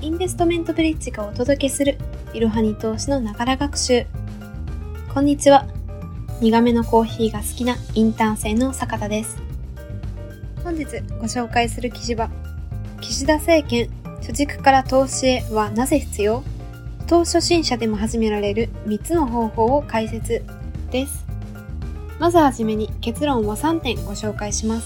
インベストメントブリッジがお届けするいろはに投資のながら学習。こんにちは。苦めのコーヒーが好きなインターン生の坂田です。本日ご紹介する記事は、岸田政権貯蓄から投資へはなぜ必要？投資初心者でも始められる3つの方法を解説です。まずはじめに結論を3点ご紹介します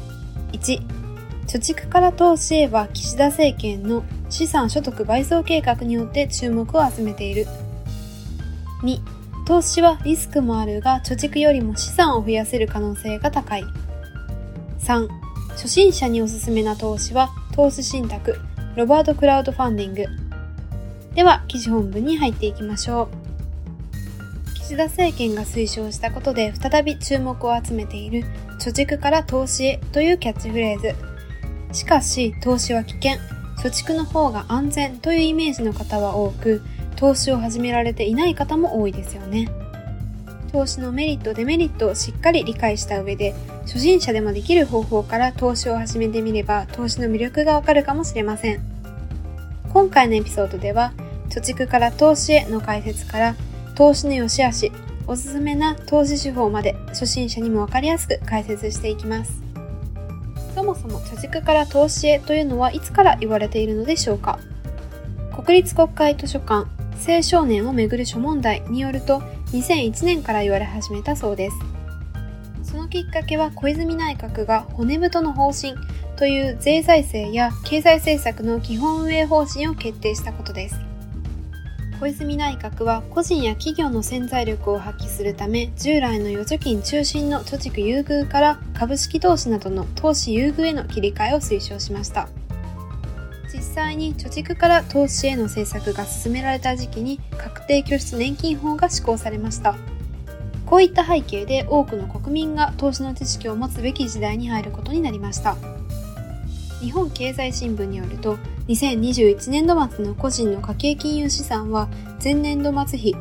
。1、貯蓄から投資へは岸田政権の資産所得倍増計画によって注目を集めている。2、投資はリスクもあるが貯蓄よりも資産を増やせる可能性が高い。3、初心者におすすめな投資は投資信託、ロバートクラウドファンディング。では記事本文に入っていきましょう。岸田政権が推奨したことで再び注目を集めている貯蓄から投資へというキャッチフレーズ。しかし投資は危険、貯蓄の方が安全というイメージの方は多く、投資を始められていない方も多いですよね。投資のメリットデメリットをしっかり理解した上で、初心者でもできる方法から投資を始めてみれば投資の魅力がわかるかもしれません。今回のエピソードでは、貯蓄から投資への解説から投資の良し悪し、おすすめな投資手法まで初心者にもわかりやすく解説していきます。そもそも貯蓄から投資へというのはいつから言われているのでしょうか。国立国会図書館青少年をめぐる諸問題によると2001年から言われ始めたそうです。そのきっかけは小泉内閣が骨太の方針という税財政や経済政策の基本運営方針を決定したことです。小泉内閣は個人や企業の潜在力を発揮するため、従来の預貯金中心の貯蓄優遇から株式投資などの投資優遇への切り替えを推奨しました。実際に貯蓄から投資への政策が進められた時期に確定拠出年金法が施行されました。こういった背景で多くの国民が投資の知識を持つべき時代に入ることになりました。日本経済新聞によると、2021年度末の個人の家計金融資産は前年度末比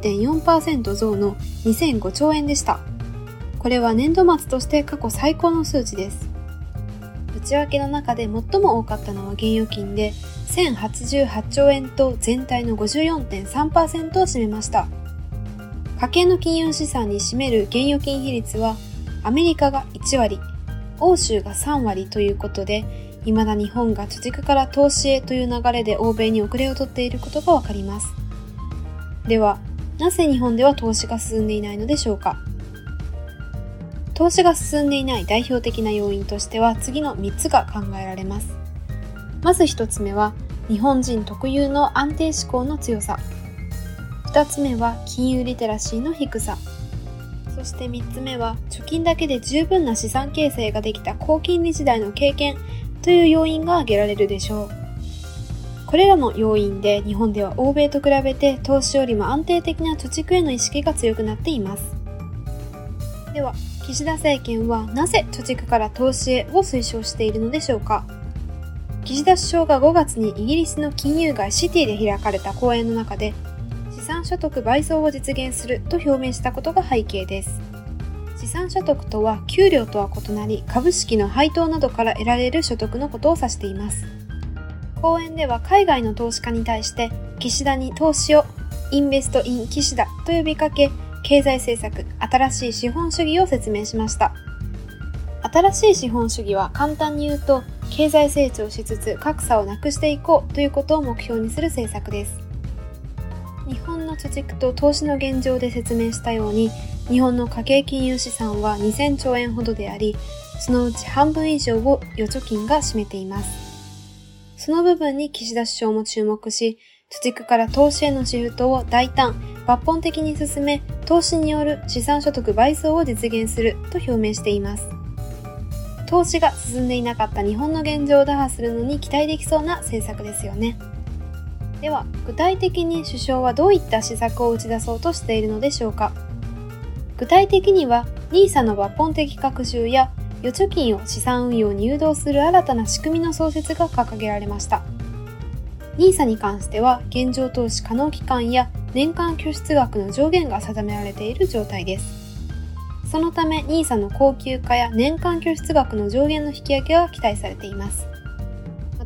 2.4% 増の2005兆円でした。これは年度末として過去最高の数値です。内訳の中で最も多かったのは現預金で1088兆円と全体の 54.3% を占めました。家計の金融資産に占める現預金比率はアメリカが1割、欧州が3割ということで、未だ日本が貯蓄から投資へという流れで欧米に遅れをとっていることがわかります。では、なぜ日本では投資が進んでいないのでしょうか。投資が進んでいない代表的な要因としては次の3つが考えられます。まず1つ目は日本人特有の安定志向の強さ。2つ目は金融リテラシーの低さ。そして3つ目は貯金だけで十分な資産形成ができた高金利時代の経験という要因が挙げられるでしょう。これらの要因で日本では欧米と比べて投資よりも安定的な貯蓄への意識が強くなっています。では、岸田政権はなぜ貯蓄から投資へを推奨しているのでしょうか。岸田首相が5月にイギリスの金融街シティで開かれた講演の中で、資産所得倍増を実現すると表明したことが背景です。資産所得とは給料とは異なり、株式の配当などから得られる所得のことを指しています。講演では海外の投資家に対して岸田に投資をインベストイン岸田と呼びかけ、経済政策、新しい資本主義を説明しました。新しい資本主義は簡単に言うと、経済成長しつつ格差をなくしていこうということを目標にする政策です。日本の貯蓄と投資の現状で説明したように、日本の家計金融資産は2000兆円ほどであり、そのうち半分以上を預貯金が占めています。その部分に岸田首相も注目し、貯蓄から投資へのシフトを大胆、抜本的に進め、投資による資産所得倍増を実現すると表明しています。投資が進んでいなかった日本の現状を打破するのに期待できそうな政策ですよね。では、具体的に首相はどういった施策を打ち出そうとしているのでしょうか。具体的には NISA の抜本的拡充や預貯金を資産運用に誘導する新たな仕組みの創設が掲げられました。NISA に関しては現状投資可能期間や年間拠出額の上限が定められている状態です。そのため NISA の恒久化や年間拠出額の上限の引き上げが期待されています。ま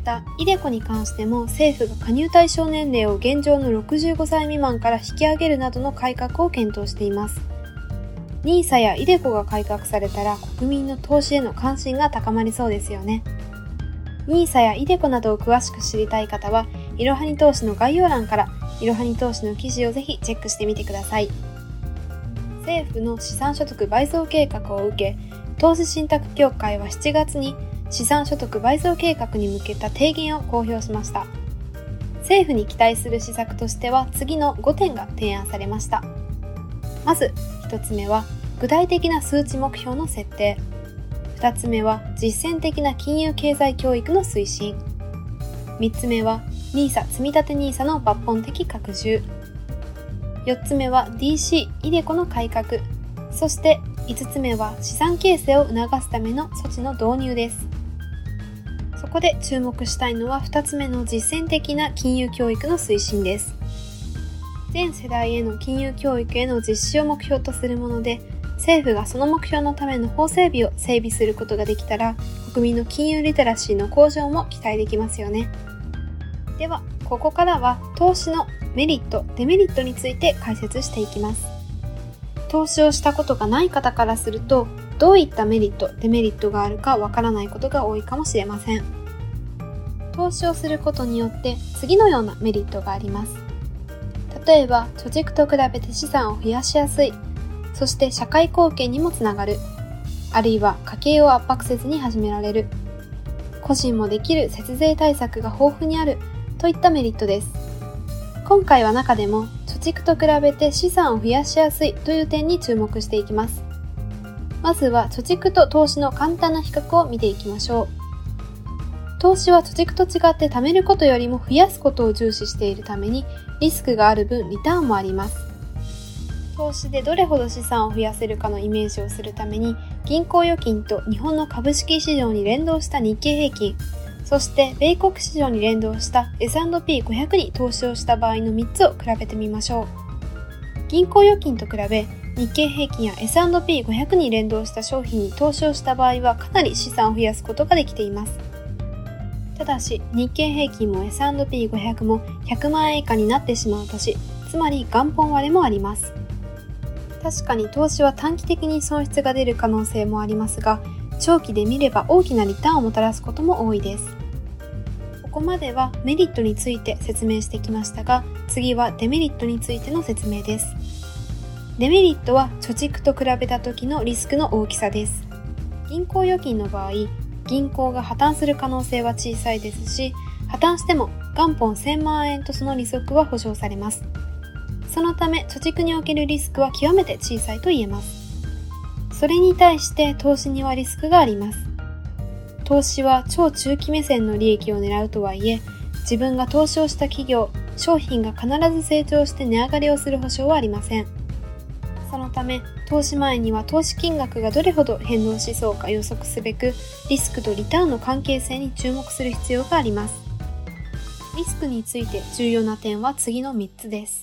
た、iDeCoに関しても政府が加入対象年齢を現状の65歳未満から引き上げるなどの改革を検討しています。NISA やiDeCoが改革されたら国民の投資への関心が高まりそうですよね。NISA やiDeCoなどを詳しく知りたい方は、いろはに投資の概要欄からいろはに投資の記事をぜひチェックしてみてください。政府の資産所得倍増計画を受け、投資信託協会は7月に資産所得倍増計画に向けた提言を公表しました。政府に期待する施策としては次の5点が提案されました。まず1つ目は具体的な数値目標の設定。2つ目は実践的な金融経済教育の推進。3つ目は NISA 積立 NISA の抜本的拡充。4つ目は DC、iDeCo の改革。そして5つ目は資産形成を促すための措置の導入です。そこで注目したいのは2つ目の実践的な金融教育の推進です。全世代への金融教育への実施を目標とするもので、政府がその目標のための法整備を整備することができたら、国民の金融リテラシーの向上も期待できますよね。では、ここからは投資のメリット、デメリットについて解説していきます。投資をしたことがない方からすると、どういったメリット、デメリットがあるかわからないことが多いかもしれません。投資をすることによって次のようなメリットがあります。例えば、貯蓄と比べて資産を増やしやすい、そして社会貢献にもつながる、あるいは家計を圧迫せずに始められる、個人もできる節税対策が豊富にあるといったメリットです。今回は中でも貯蓄と比べて資産を増やしやすいという点に注目していきます。まずは貯蓄と投資の簡単な比較を見ていきましょう。投資は貯蓄と違って貯めることよりも増やすことを重視しているためにリスクがある分リターンもあります。投資でどれほど資産を増やせるかのイメージをするために銀行預金と日本の株式市場に連動した日経平均、そして米国市場に連動した S&P500 に投資をした場合の3つを比べてみましょう。銀行預金と比べ日経平均や S&P500 に連動した商品に投資をした場合はかなり資産を増やすことができています。ただし日経平均も S&P500 も100万円以下になってしまう年、つまり元本割れもあります。確かに投資は短期的に損失が出る可能性もありますが、長期で見れば大きなリターンをもたらすことも多いです。ここまではメリットについて説明してきましたが、次はデメリットについての説明です。デメリットは貯蓄と比べた時のリスクの大きさです。銀行預金の場合、銀行が破綻する可能性は小さいですし、破綻しても元本1000万円とその利息は保証されます。そのため貯蓄におけるリスクは極めて小さいと言えます。それに対して投資にはリスクがあります。投資は超中期目線の利益を狙うとはいえ、自分が投資をした企業、商品が必ず成長して値上がりをする保証はありません。そのため、投資前には投資金額がどれほど変動しそうか予測すべく、リスクとリターンの関係性に注目する必要があります。リスクについて重要な点は次の3つです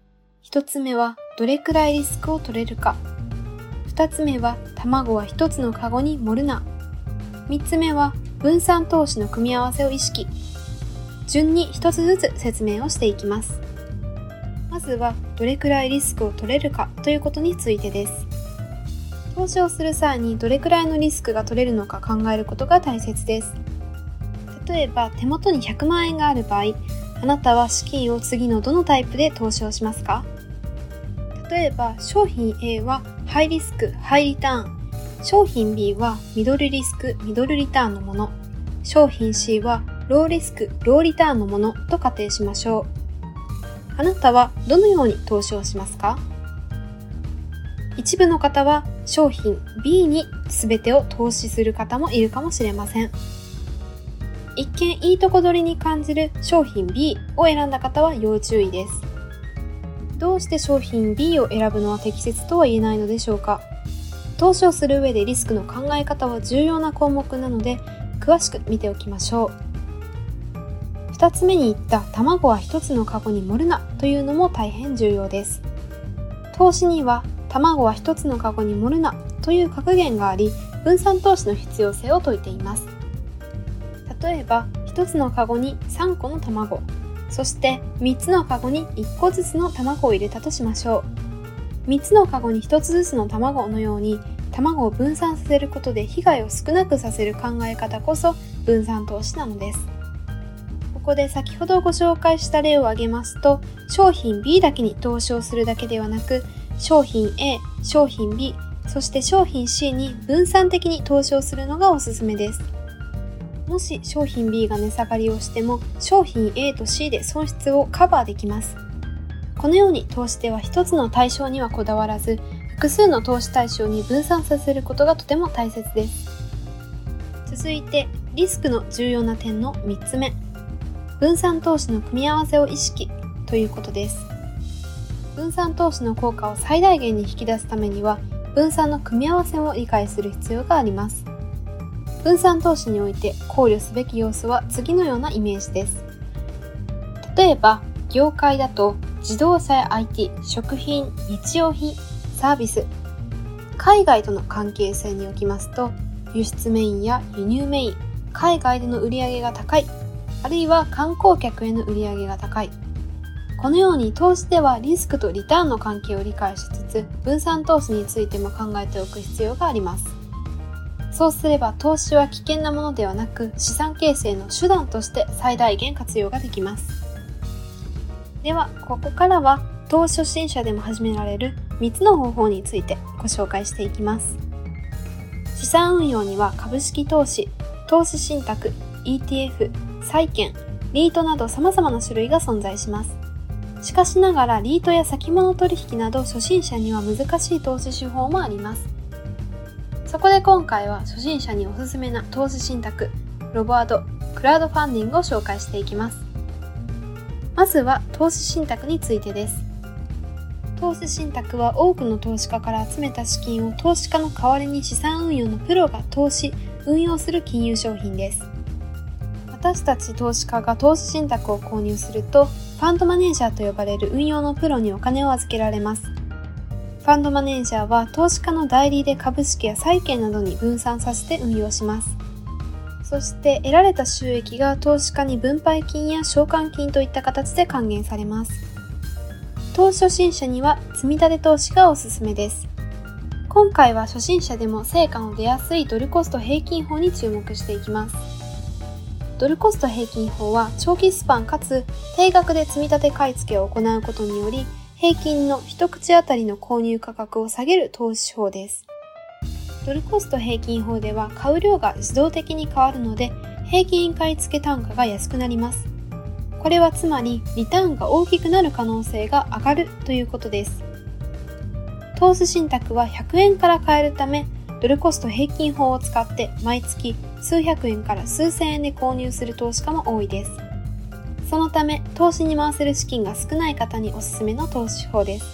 。1つ目は、どれくらいリスクを取れるか。2つ目は、卵は1つのカゴに盛るな。3つ目は、分散投資の組み合わせを意識。順に1つずつ説明をしていきます。まずは、どれくらいリスクを取れるかということについてです。投資をする際にどれくらいのリスクが取れるのか考えることが大切です。例えば、手元に100万円がある場合、あなたは資金を次のどのタイプで投資をしますか？例えば、商品 A はハイリスク、ハイリターン。商品 B はミドルリスク、ミドルリターンのもの。商品 C はローリスク、ローリターンのものと仮定しましょう。あなたはどのように投資をしますか？一部の方は商品 B に全てを投資する方もいるかもしれません。一見いいとこ取りに感じる商品 B を選んだ方は要注意です。どうして商品 B を選ぶのは適切とは言えないのでしょうか。投資をする上でリスクの考え方は重要な項目なので、詳しく見ておきましょう。2つ目に言った卵は1つのカゴに盛るなというのも大変重要です。投資には卵は1つのカゴに盛るなという格言があり、分散投資の必要性を説いています。例えば 1つのカゴに3個の卵、そして3つのカゴに1個ずつの卵を入れたとしましょう。3つのカゴに1つずつの卵のように卵を分散させることで被害を少なくさせる考え方こそ分散投資なのです。ここで先ほどご紹介した例を挙げますと、商品 B だけに投資をするだけではなく、商品 A、商品 B、そして商品 C に分散的に投資をするのがおすすめです。もし商品 B が値下がりをしても、商品 A と C で損失をカバーできます。このように投資では一つの対象にはこだわらず、複数の投資対象に分散させることがとても大切です。続いて、リスクの重要な点の3つ目。分散投資の組み合わせを意識ということです。分散投資の効果を最大限に引き出すためには、分散の組み合わせを理解する必要があります。分散投資において考慮すべき要素は次のようなイメージです。例えば、業界だと自動車や IT、食品、日用品、サービス、海外との関係性におきますと、輸出メインや輸入メイン、海外での売り上げが高い、あるいは観光客への売り上げが高い。このように投資ではリスクとリターンの関係を理解しつつ、分散投資についても考えておく必要があります。そうすれば投資は危険なものではなく、資産形成の手段として最大限活用ができます。では、ここからは投資初心者でも始められる3つの方法についてご紹介していきます。資産運用には株式投資、投資信託、ETF、債券、リートなど様々な種類が存在します。しかしながらリートや先物取引など初心者には難しい投資手法もあります。そこで今回は初心者におすすめな投資信託、ロボアド、クラウドファンディングを紹介していきます。まずは投資信託についてです。投資信託は多くの投資家から集めた資金を投資家の代わりに資産運用のプロが投資、運用する金融商品です。私たち投資家が投資信託を購入すると、ファンドマネージャーと呼ばれる運用のプロにお金を預けられます。ファンドマネージャーは投資家の代理で株式や債券などに分散させて運用します。そして得られた収益が投資家に分配金や償還金といった形で還元されます。投資初心者には積み立て投資がおすすめです。今回は初心者でも成果の出やすいドルコスト平均法に注目していきます。ドルコスト平均法は長期スパンかつ定額で積み立て買い付けを行うことにより、平均の一口当たりの購入価格を下げる投資法です。ドルコスト平均法では買う量が自動的に変わるので、平均買い付け単価が安くなります。これはつまりリターンが大きくなる可能性が上がるということです。投資信託は100円から買えるため、ドルコスト平均法を使って毎月数百円から数千円で購入する投資家も多いです。そのため、投資に回せる資金が少ない方におすすめの投資法です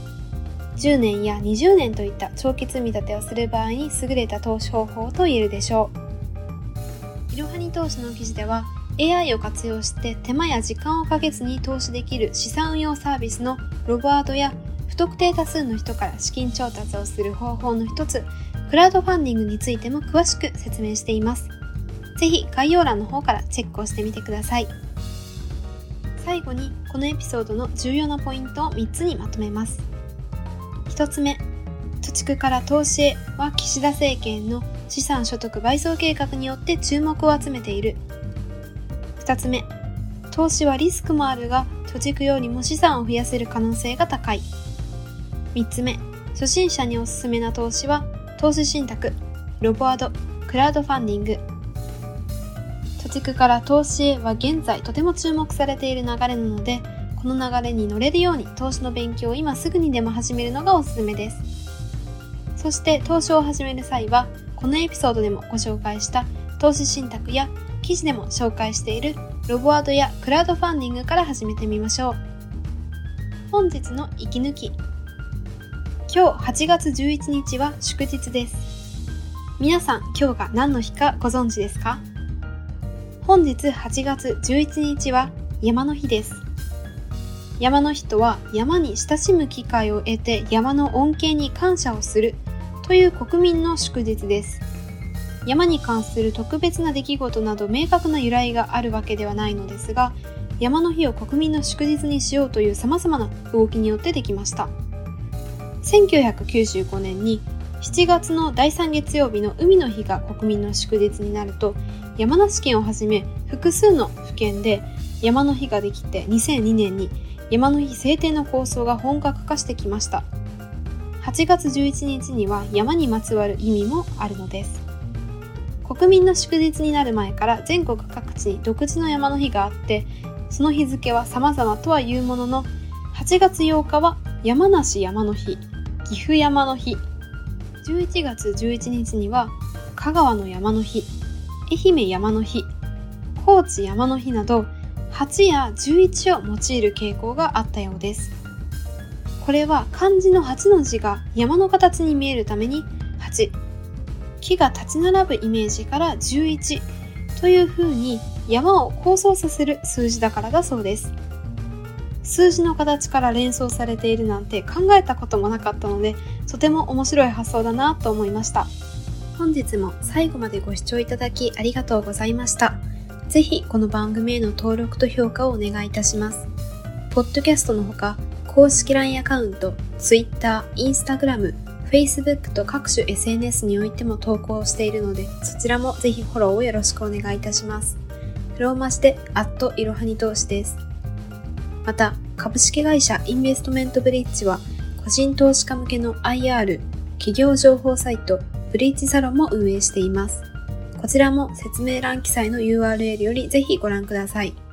。10年や20年といった長期積み立てをする場合に優れた投資方法と言えるでしょう。いろはに投資の記事では、AI を活用して手間や時間をかけずに投資できる資産運用サービスのロボアドや不特定多数の人から資金調達をする方法の一つ、クラウドファンディングについても詳しく説明しています。ぜひ概要欄の方からチェックをしてみてください。最後にこのエピソードの重要なポイントを3つにまとめます。1つ目、貯蓄から投資へは岸田政権の資産所得倍増計画によって注目を集めている。2つ目、投資はリスクもあるが貯蓄よりも資産を増やせる可能性が高い。3つ目、初心者におすすめな投資は投資信託、ロボアド、クラウドファンディング。貯蓄から投資へは現在とても注目されている流れなので、この流れに乗れるように投資の勉強を今すぐにでも始めるのがおすすめです。そして投資を始める際は、このエピソードでもご紹介した投資信託や記事でも紹介しているロボアドやクラウドファンディングから始めてみましょう。本日の息抜き。今日8月11日は祝日です。皆さん今日が何の日かご存知ですか？本日8月11日は山の日です。山の日とは山に親しむ機会を得て山の恩恵に感謝をするという国民の祝日です。 山に関する特別な出来事など明確な由来があるわけではないのですが、山の日を国民の祝日にしようという様々な動きによってできました。1995年に7月の第3月曜日の海の日が国民の祝日になると、山梨県をはじめ複数の府県で山の日ができて、2002年に山の日制定の構想が本格化してきました。8月11日には山にまつわる意味もあるのです。国民の祝日になる前から全国各地に独自の山の日があって、その日付は様々とはいうものの、8月8日は山梨山の日、岐阜山の日、11月11日には香川の山の日、愛媛山の日、高知山の日など、8や11を用いる傾向があったようです。これは漢字の8の字が山の形に見えるために8、木が立ち並ぶイメージから11という風に山を構想させる数字だからだそうです。数字の形から連想されているなんて考えたこともなかったので、とても面白い発想だなと思いました。本日も最後までご視聴いただきありがとうございました。ぜひこの番組への登録と評価をお願いいたします。ポッドキャストのほか、公式 LINE アカウント、Twitter、Instagram、Facebook と各種 SNS においても投稿しているので、そちらもぜひフォローをよろしくお願いいたします。ローマ字でいろはに投資です。また、株式会社インベストメントブリッジは、個人投資家向けの IR、企業情報サイト、ブリッジサロンも運営しています。こちらも説明欄記載の URL よりぜひご覧ください。